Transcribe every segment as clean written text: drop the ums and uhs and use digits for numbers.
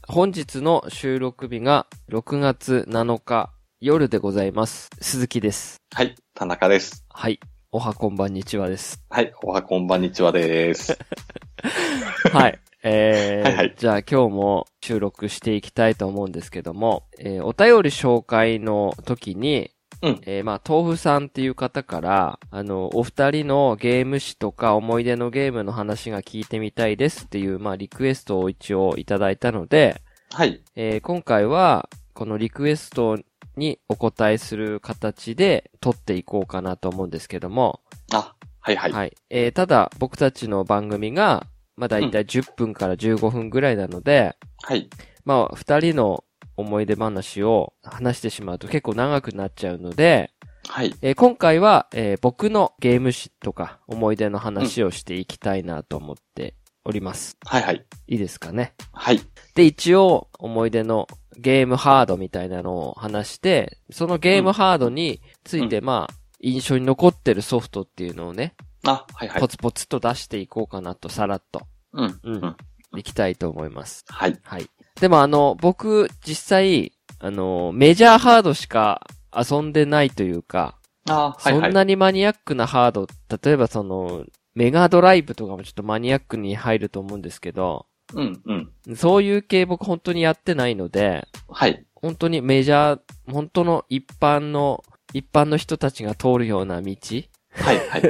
本日の収録日が6月7日夜でございます。鈴木です。 はい、田中です。 はい、おはこんばんにちはです。 はい、おはこんばんにちはです。 はい。 はいはい、 じゃあ今日も収録していきたいと思うんですけども、お便り紹介の時に、豆腐さんっていう方から、お二人のゲーム史とか思い出のゲームの話が聞いてみたいですっていう、リクエストを一応いただいたので、 はい。 今回は、このリクエストにお答えする形で撮っていこうかなと思うんですけども。 あ、はいはい。 はい。ただ、僕たちの番組が、だいたい10分から15分ぐらいなので、 はい。 二人の思い出話を話してしまうと結構長くなっちゃうので、 はい。 今回は、僕のゲーム史とか思い出の話をしていきたいなと思っております。 はいはい。 いいですかね。 はい。 で、一応思い出のゲームハードみたいなのを話して、そのゲームハードについて印象に残ってるソフトっていうのをね、 はいはい。 ポツポツと出していこうかなとさらっと。いきたいと思います。 はい。 はい。でも僕、実際、メジャーハードしか遊んでないというか、 はいはい。 そんなにマニアックなハード、例えばメガドライブとかもちょっとマニアックに入ると思うんですけど、そういう系僕本当にやってないので、 はい。 本当にメジャー、本当の一般の人たちが通るような道はいはい。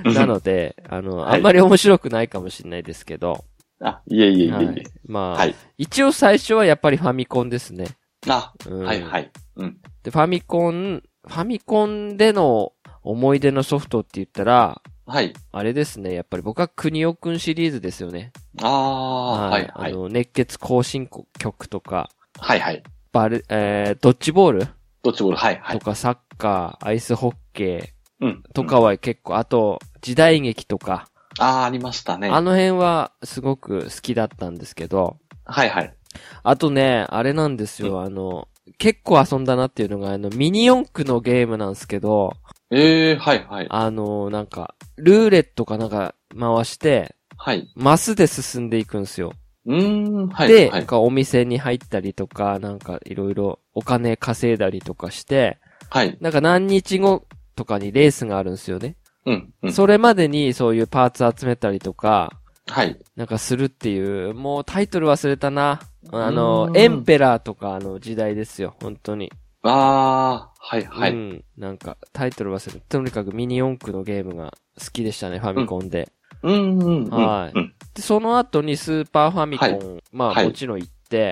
なので、あんまり面白くないかもしれないですけど、 いえいえいえいえ。 はい。一応最初はやっぱりファミコンですね。 はいはい。 で、ファミコンでの思い出のソフトって言ったら、 はい。 あれですね。やっぱり僕は国尾くんシリーズですよね。 はいはい。 熱血行進曲とか、 はいはい。 ドッジボールはいはい。 とかサッカー、アイスホッケーとかは結構、あと、時代劇とか、 ありましたね。 あの辺はすごく好きだったんですけど。はいはい。 あとね、あれなんですよ。結構遊んだなっていうのが、ミニ四駆のゲームなんですけど。 はいはい。 なんか、ルーレットかなんか回して、 はい。 マスで進んでいくんですよ。 はい。 で、なんかお店に入ったりとか、なんかいろいろお金稼いだりとかして、 はい。 なんか何日後とかにレースがあるんですよね。それまでにそういうパーツ集めたりとか、 はい。 なんかするっていう、もうタイトル忘れたな。エンペラーとかの時代ですよ、本当に。 はいはい。 なんかタイトル忘れた。とにかくミニ四駆のゲームが好きでしたね、ファミコンで。はい。で、その後にスーパーファミコン、もちろん行って、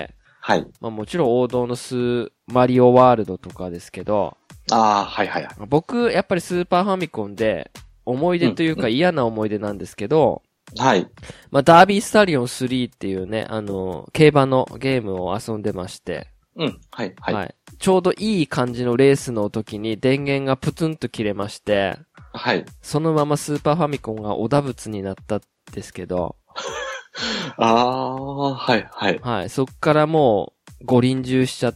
はい。 もちろん王道のマリオワールドとかですけど、 はいはい。 僕、やっぱりスーパーファミコンで、思い出というか嫌な思い出なんですけど、 はい。 ダービースタリオン3っていうね、競馬のゲームを遊んでまして、 はいはい。 ちょうどいい感じのレースの時に電源がプツンと切れまして、 はい。 そのままスーパーファミコンがおだぶつになったんですけど、 はいはい。 はい。そっからもう、五輪中しちゃって、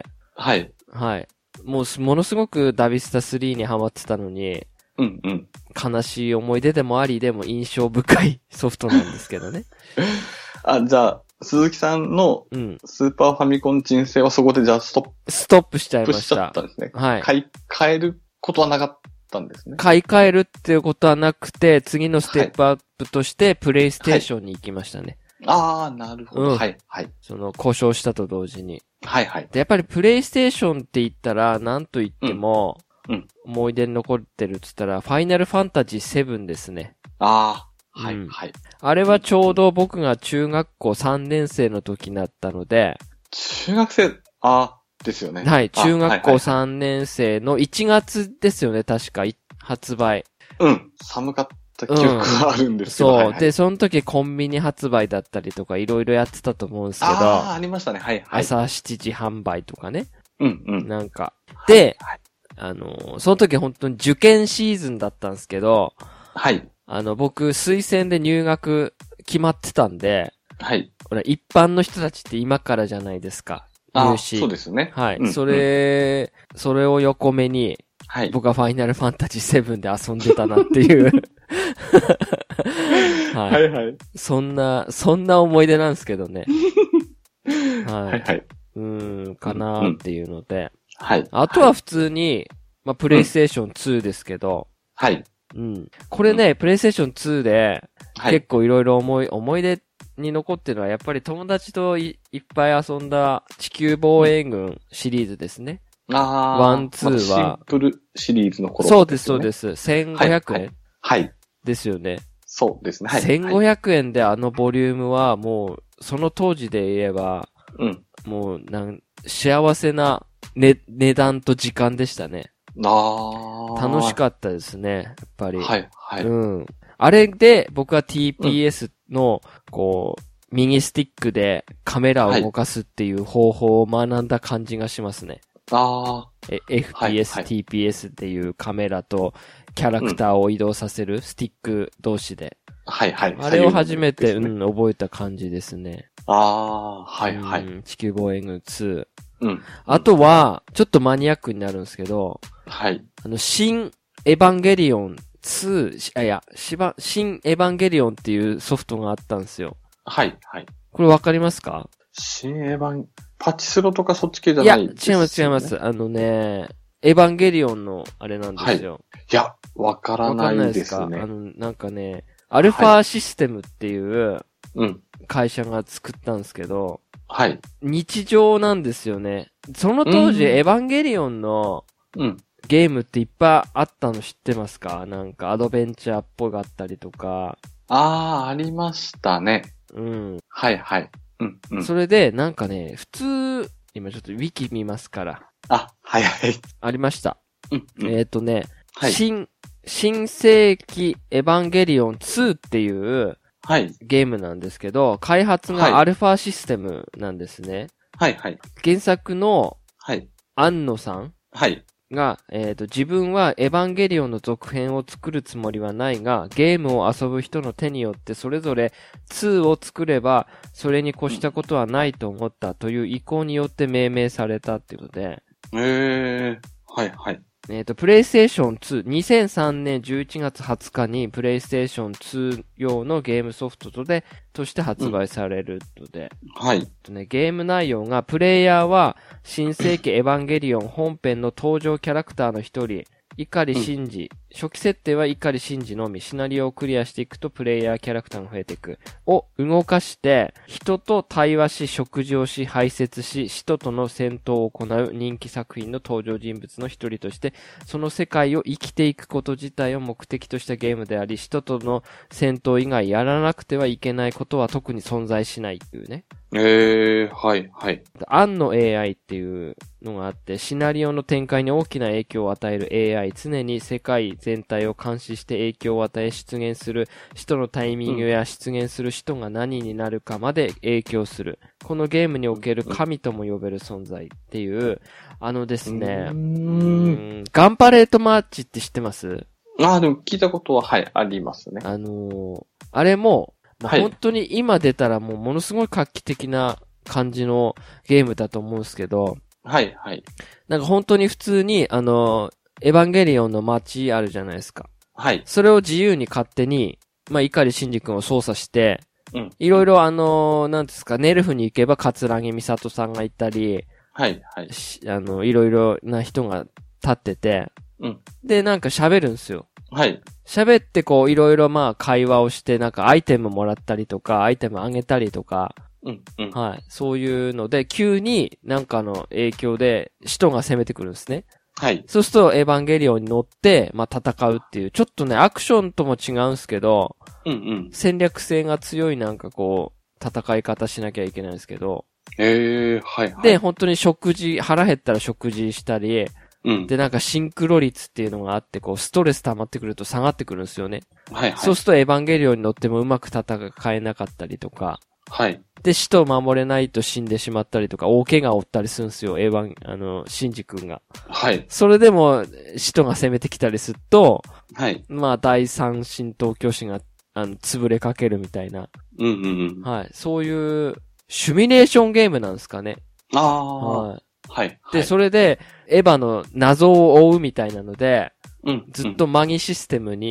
はい。 はい。ものすごくダビスタ3にハマってたのに、悲しい思い出でもあり、でも印象深いソフトなんですけどね。 じゃあ、鈴木さんのスーパーファミコン人生はそこでじゃあストップしちゃいました。 しちゃったんですね。 はい。 変えることはなかったんですね。 買い替えるっていうことはなくて、次のステップアップとしてプレイステーションに行きましたね。 なるほど。はいはい。 故障したと同時に。 はいはい。 で、やっぱりプレイステーションって言ったら、なんと言っても、思い出に残ってるって言ったら、ファイナルファンタジー7ですね。 はいはい。 あれはちょうど僕が中学校3年生の時になったので、 中学生、ですよね。 はい、中学校3年生の1月ですよね、確か、発売。 寒かった記憶があるんですけど。そう。で、その時コンビニ発売だったりとかいろいろやってたと思うんですけど。 ありましたね。はいはい。 朝7時販売とかね。なんか。 で、 その時本当に受験シーズンだったんですけど、 はい。 僕、推薦で入学決まってたんで、 はい。 一般の人たちって今からじゃないですか。入試。 そうですね。 はい。それを横目に、はい。僕はファイナルファンタジー7で遊んでたなっていう。はい。はいはい。そんな思い出なんですけどね。 はいはい。 かなーっていうので。 はい。 あとは普通に、まあ、プレイステーション2ですけど。 はい。 これね、プレイステーション2で、結構いろいろ思い出に残ってるのは、やっぱり友達といっぱい遊んだ地球防衛軍シリーズですね。ワン、ツーは。 シンプルシリーズの頃、 ね。そうです、そうです。1500円、 はい。 ですよね。 そうですね。はい。 1500円であのボリュームはもう、その当時で言えば、もう幸せな、値段と時間でしたね。楽しかったですね、やっぱり。はい、はい。あれで僕は TPS の、こう、右スティックでカメラを動かすっていう方法を学んだ感じがしますね。FPS、TPS っていうカメラとキャラクターを移動させるスティック同士で。はいはい。あれを初めて、覚えた感じですね。 はいはい。 地球防衛軍2。あとは、ちょっとマニアックになるんですけど、新エヴァンゲリオン2、新エヴァンゲリオンっていうソフトがあったんですよ。はいはい。これわかりますか？ 新エヴァン、パチスロとかそっち系じゃないですよね。 いや、違います。エヴァンゲリオンのあれなんですよ。 いや、わからないですね。 なんかね、アルファシステムっていう、会社が作ったんですけど、日常なんですよね。その当時、エヴァンゲリオンの、ゲームっていっぱいあったの知ってますか？なんかアドベンチャーっぽかったりとか。 ありましたね。はいはい。 それで、なんかね、普通、今ちょっとウィキ見ますから。 はいはい。 ありました。新世紀エヴァンゲリオン2っていう、ゲームなんですけど、開発がアルファシステムなんですね。はいはい。原作の、安野さんが、自分はエヴァンゲリオンの続編を作るつもりはないが、ゲームを遊ぶ人の手によってそれぞれ2を作れば、それに越したことはないと思ったという意向によって命名されたっていうことで。はいはい。プレイステーション2、2003年11月20日にプレイステーション2用のゲームソフトとして発売されるので、ゲーム内容が、プレイヤーは、新世紀エヴァンゲリオン本編の登場キャラクターの一人、碇シンジ、初期設定は碇シンジのみ、シナリオをクリアしていくとプレイヤーキャラクターが増えていく。を動かして、人と対話し、食事をし、排泄し、使徒との戦闘を行う人気作品の登場人物の一人として、その世界を生きていくこと自体を目的としたゲームであり、使徒との戦闘以外やらなくてはいけないことは特に存在しないっていうね。 はいはい。 暗の AI っていうのがあって、シナリオの展開に大きな影響を与える AI、常に世界全体を監視して影響を与え出現する使徒のタイミングや出現する使徒が何になるかまで影響する。このゲームにおける神とも呼べる存在っていう、ですね、ガンパレートマーチって知ってます？ でも聞いたことは、ありますね。 あれも、本当に今出たらものすごい画期的な感じのゲームだと思うんですけど、なんか本当に普通に、エヴァンゲリオンの街あるじゃないですか。それを自由に勝手に、碇シンジ君を操作して、いろいろなんですか、ネルフに行けば桂木美里さんがいたり、いろいろな人が立ってて、で、なんか喋るんですよ。喋ってこういろいろ会話をしてなんかアイテムもらったりとか、アイテムあげたりとか、そういうので急になんかの影響で使徒が攻めてくるんですね。そうするとエヴァンゲリオンに乗って戦うっていう、ちょっとねアクションとも違うんですけど、戦略性が強いなんかこう戦い方しなきゃいけないんですけど、で本当に腹減ったら食事したり。で、なんかシンクロ率っていうのがあって、こう、ストレス溜まってくると下がってくるんですよね。そうするとエヴァンゲリオンに乗ってもうまく戦えなかったりとか。で、使徒を守れないと死んでしまったりとか、大怪我を負ったりするんですよ、シンジ君が。それでも、使徒が攻めてきたりすると、第三神道教師が、潰れかけるみたいな。そういう、シミュレーションゲームなんですかね。で、それで、エヴァの謎を追うみたいなので、ずっとマギシステムに、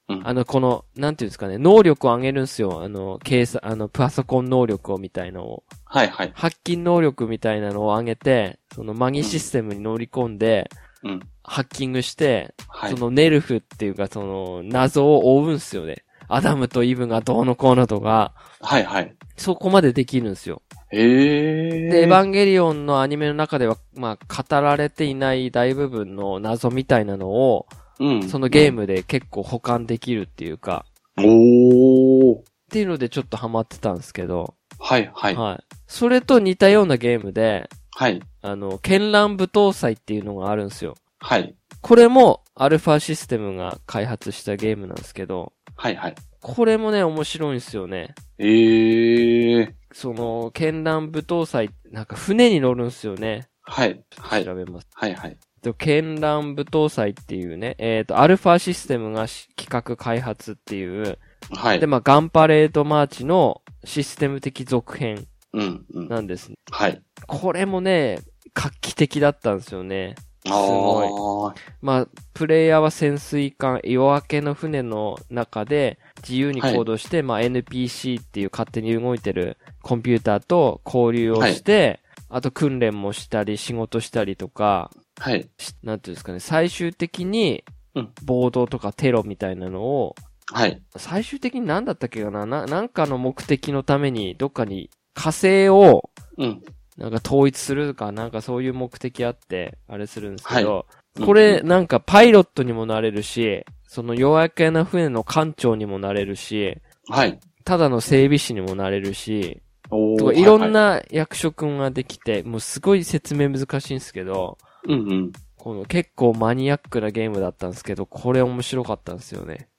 この、なんていうんですかね、能力を上げるんですよ。計算、パソコン能力をみたいのを。 はいはい。 ハッキング能力みたいなのを上げて、そのマギシステムに乗り込んで、ハッキングして、そのネルフっていうか、その謎を追うんすよね。アダムとイブがどうのこうのとか。 はいはい。 そこまでできるんですよ。で、エヴァンゲリオンのアニメの中では、まあ、語られていない大部分の謎みたいなのを、そのゲームで結構保管できるっていうか。っていうのでちょっとハマってたんですけど。 はいはい。 はい。それと似たようなゲームで、 はい。 絢爛舞踏祭っていうのがあるんですよ。 はい。 これもアルファシステムが開発したゲームなんですけど。 はいはい。 これもね、面白いんですよね。その、絢爛舞踏祭、なんか船に乗るんですよね。 はい。はい。 調べます。 はいはい。 絢爛舞踏祭っていうね、アルファシステムが企画開発っていう、 はい。 で、まあ、ガンパレードマーチのシステム的続編なんです、 はい。 これもね、画期的だったんですよね。すごい。まあ、プレイヤーは潜水艦、夜明けの船の中で自由に行動して、まあ NPC っていう勝手に動いてるコンピューターと交流をして、あと訓練もしたり仕事したりとか、なんていうんですかね、最終的に、暴動とかテロみたいなのを、最終的に何だったっけかな、なんかの目的のためにどっかに火星を、なんか統一するか、なんかそういう目的あって、あれするんですけど、これなんかパイロットにもなれるし、その夜明けの船の艦長にもなれるし、ただの整備士にもなれるし、とかいろんな役職ができて、もうすごい説明難しいんですけど、この結構マニアックなゲームだったんですけど、これ面白かったんですよね。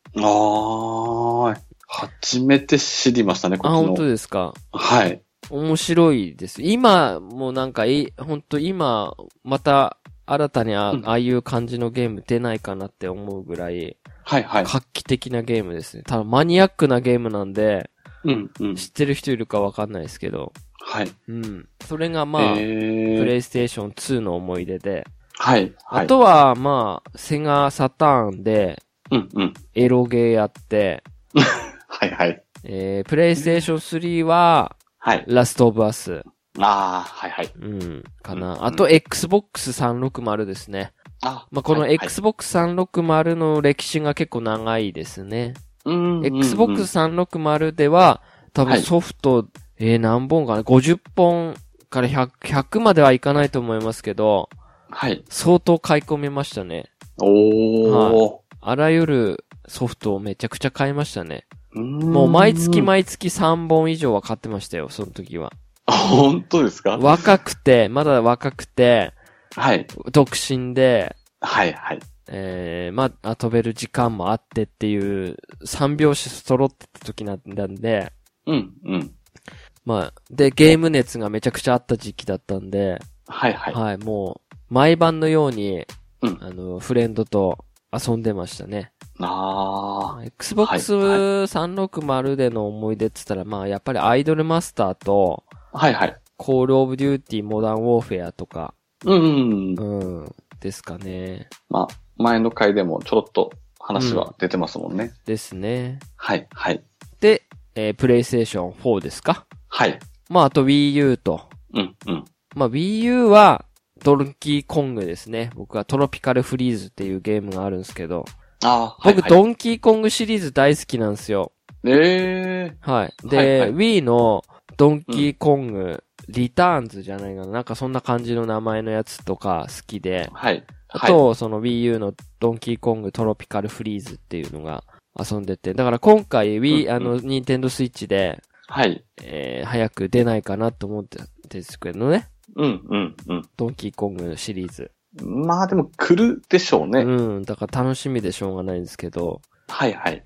初めて知りましたね、こっちの。 本当ですか。 はい。 面白いです。今、もうなんか、本当今、また、新たにああいう感じのゲーム出ないかなって思うぐらい、画期的なゲームですね。ただマニアックなゲームなんで、知ってる人いるかわかんないですけど、それがまあ、プレイステーション2の思い出で、あとはまあ、セガサターンで、エロゲーやって、プレイステーション3は、ラストオブアス。かな。あと、Xbox 360ですね。まあ、この Xbox 360の歴史が結構長いですね。Xbox 360では、多分ソフト、何本かな ?50 本から100まではいかないと思いますけど、相当買い込みましたね。あらゆるソフトをめちゃくちゃ買いましたね。もう毎月3本以上は買ってましたよ、その時は。 本当ですか？ まだ若くて、独身で、まあ、遊べる時間もあってっていう、3拍子揃ってた時なんで、まあ、で、ゲーム熱がめちゃくちゃあった時期だったんで、もう、毎晩のように、フレンドと遊んでましたね。Xbox 360での思い出って言ったら、まあ、やっぱりアイドルマスターと、コールオブデューティーモダンウォーフェアとか、ですかね。 まあ、前の回でもちょろっと話は出てますもんね。 ですね。 で、 プレイステーション4ですか？まあ、あと Wii U と。まあ、Wii U は、ドンキーコングですね。僕はトロピカルフリーズっていうゲームがあるんですけど。僕、ドンキーコングシリーズ大好きなんですよ。で、Wii のドンキーコング、リターンズじゃないかな。なんかそんな感じの名前のやつとか好きで。あと、その Wii U のドンキーコングトロピカルフリーズっていうのが遊んでて。だから今回ニンテンドースイッチで、早く出ないかなと思ってたんですけどね。ドンキーコングシリーズ。 まあでも来るでしょうね。 だから楽しみでしょうがないんですけど。か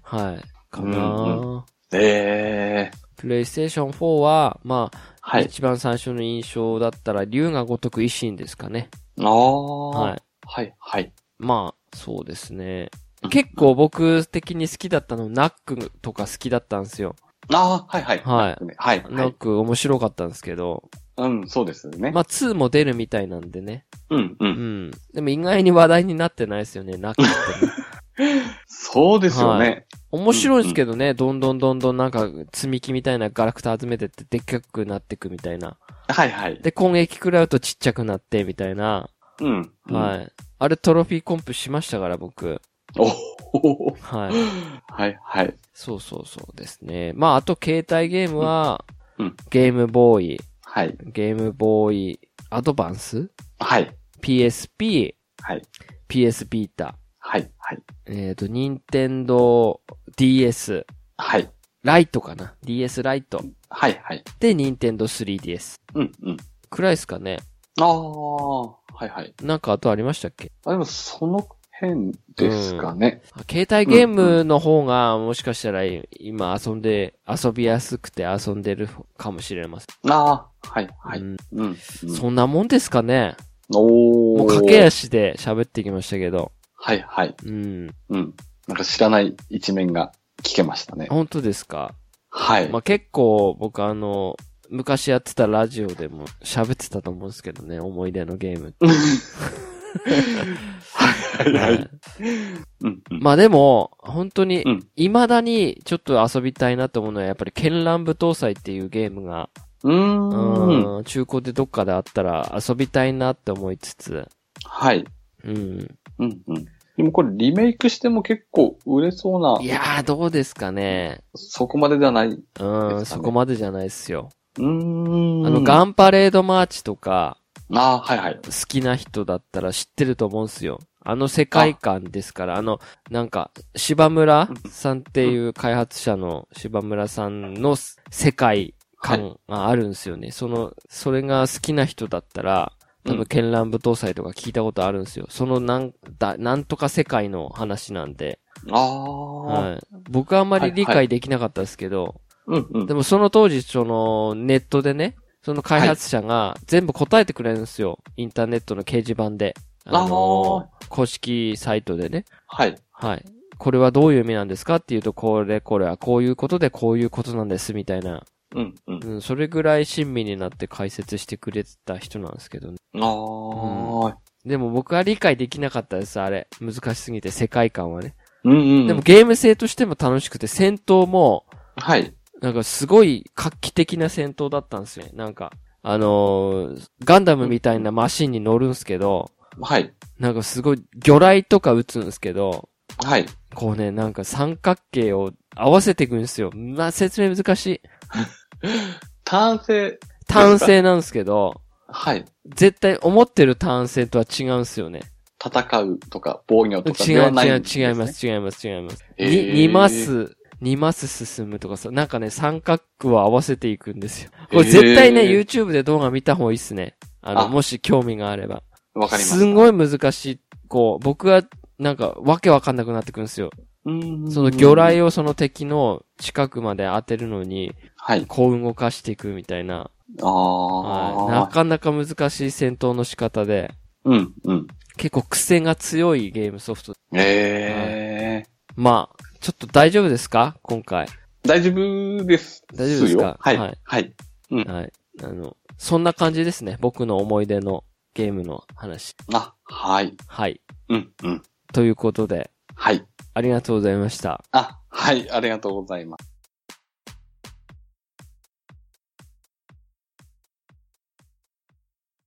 なプレイステーション4は、まあ、一番最初の印象だったら、竜が如く維新ですかね。まあ、そうですね。結構僕的に好きだったの、ナックとか好きだったんですよ。 ナック面白かったんですけど。 そうですね。 まあ、2も出るみたいなんでね。でも意外に話題になってないですよね、ナックってね。 そうですよね。はい、 面白いですけどね、どんどんなんか積み木みたいなガラクタ集めてってでっかくなっていくみたいな。 はいはい。 で、攻撃食らうとちっちゃくなってみたいな。 うん。 はい。あれトロフィーコンプしましたから僕。 おお。はい。 はいはい。 そうですね。まあ、あと携帯ゲームは、ゲームボーイ。 はい。 ゲームボーイアドバンスはい。 PSP。 はい。 PS ビータ。 はい。はい。 任天堂 DS。 はい。 ライトかな ?DS ライト。 はいはい。 で、任天堂 3DS。 うんうん。 くらいですかね。 ああ、はいはい。 なんかあとありましたっけ？ でもその辺ですかね。 携帯ゲームの方がもしかしたら今遊びやすくて遊んでるかもしれません。 ああ、はいはい。 そんなもんですかね。 もう駆け足で喋ってきましたけど。 はいはい。なんか知らない一面が聞けましたね。 本当ですか？ はい。 まあ、結構僕昔やってたラジオでも喋ってたと思うんですけどね、思い出のゲームって。 はいはい。 まあでも、本当に、未だにちょっと遊びたいなと思うのは、やっぱり絢爛舞踏祭っていうゲームが、中古でどっかであったら遊びたいなって思いつつ。 はい。でもこれリメイクしても結構売れそうな。 いやー、どうですかね。 そこまでじゃない、 そこまでじゃないっすよ。ガンパレードマーチとか、 はいはい。 好きな人だったら知ってると思うんすよ。世界観ですから、なんか、柴村さんっていう開発者の柴村さんの世界観があるんですよね。それが好きな人だったら、多分、絢爛舞踏祭とか聞いたことあるんですよ。なんとか世界の話なんで。はい。僕はあんまり理解できなかったですけど、でもその当時、ネットでね、その開発者が全部答えてくれるんですよ。インターネットの掲示板で。公式サイトでね。 はい。 はい。これはどういう意味なんですかっていうと、これはこういうことでこういうことなんです、みたいな。それぐらい親身になって解説してくれた人なんですけどね。でも僕は理解できなかったです、あれ。難しすぎて、世界観はね。でもゲーム性としても楽しくて、戦闘も、 はい。 なんかすごい画期的な戦闘だったんですよね。なんか、ガンダムみたいなマシンに乗るんすけど、 はい。 なんかすごい魚雷とか撃つんですけど、 はい。 こうね、なんか三角形を合わせていくんですよ。まあ、説明難しい。 単性なんですけど、 はい。 絶対思ってる単性とは違うんですよね。 戦うとか防御とかではないんですね。 違います。2マス進むとかさ、なんかね、三角を合わせていくんですよ。これ絶対ね、YouTube で動画見た方がいいっすね。もし興味があれば。 わかります。 すんごい難しい。僕は、なんか、わけわかんなくなってくるんですよ。その魚雷をその敵の近くまで当てるのに、 はい。 こう動かしていくみたいな。なかなか難しい戦闘の仕方で。結構癖が強いゲームソフト。まあ、ちょっと大丈夫ですか今回。 大丈夫です。 大丈夫ですか？ はい。 はい。そんな感じですね。僕の思い出のゲームの話。 はい。 はい。ということで。 はい。 ありがとうございました。 はい。ありがとうございます。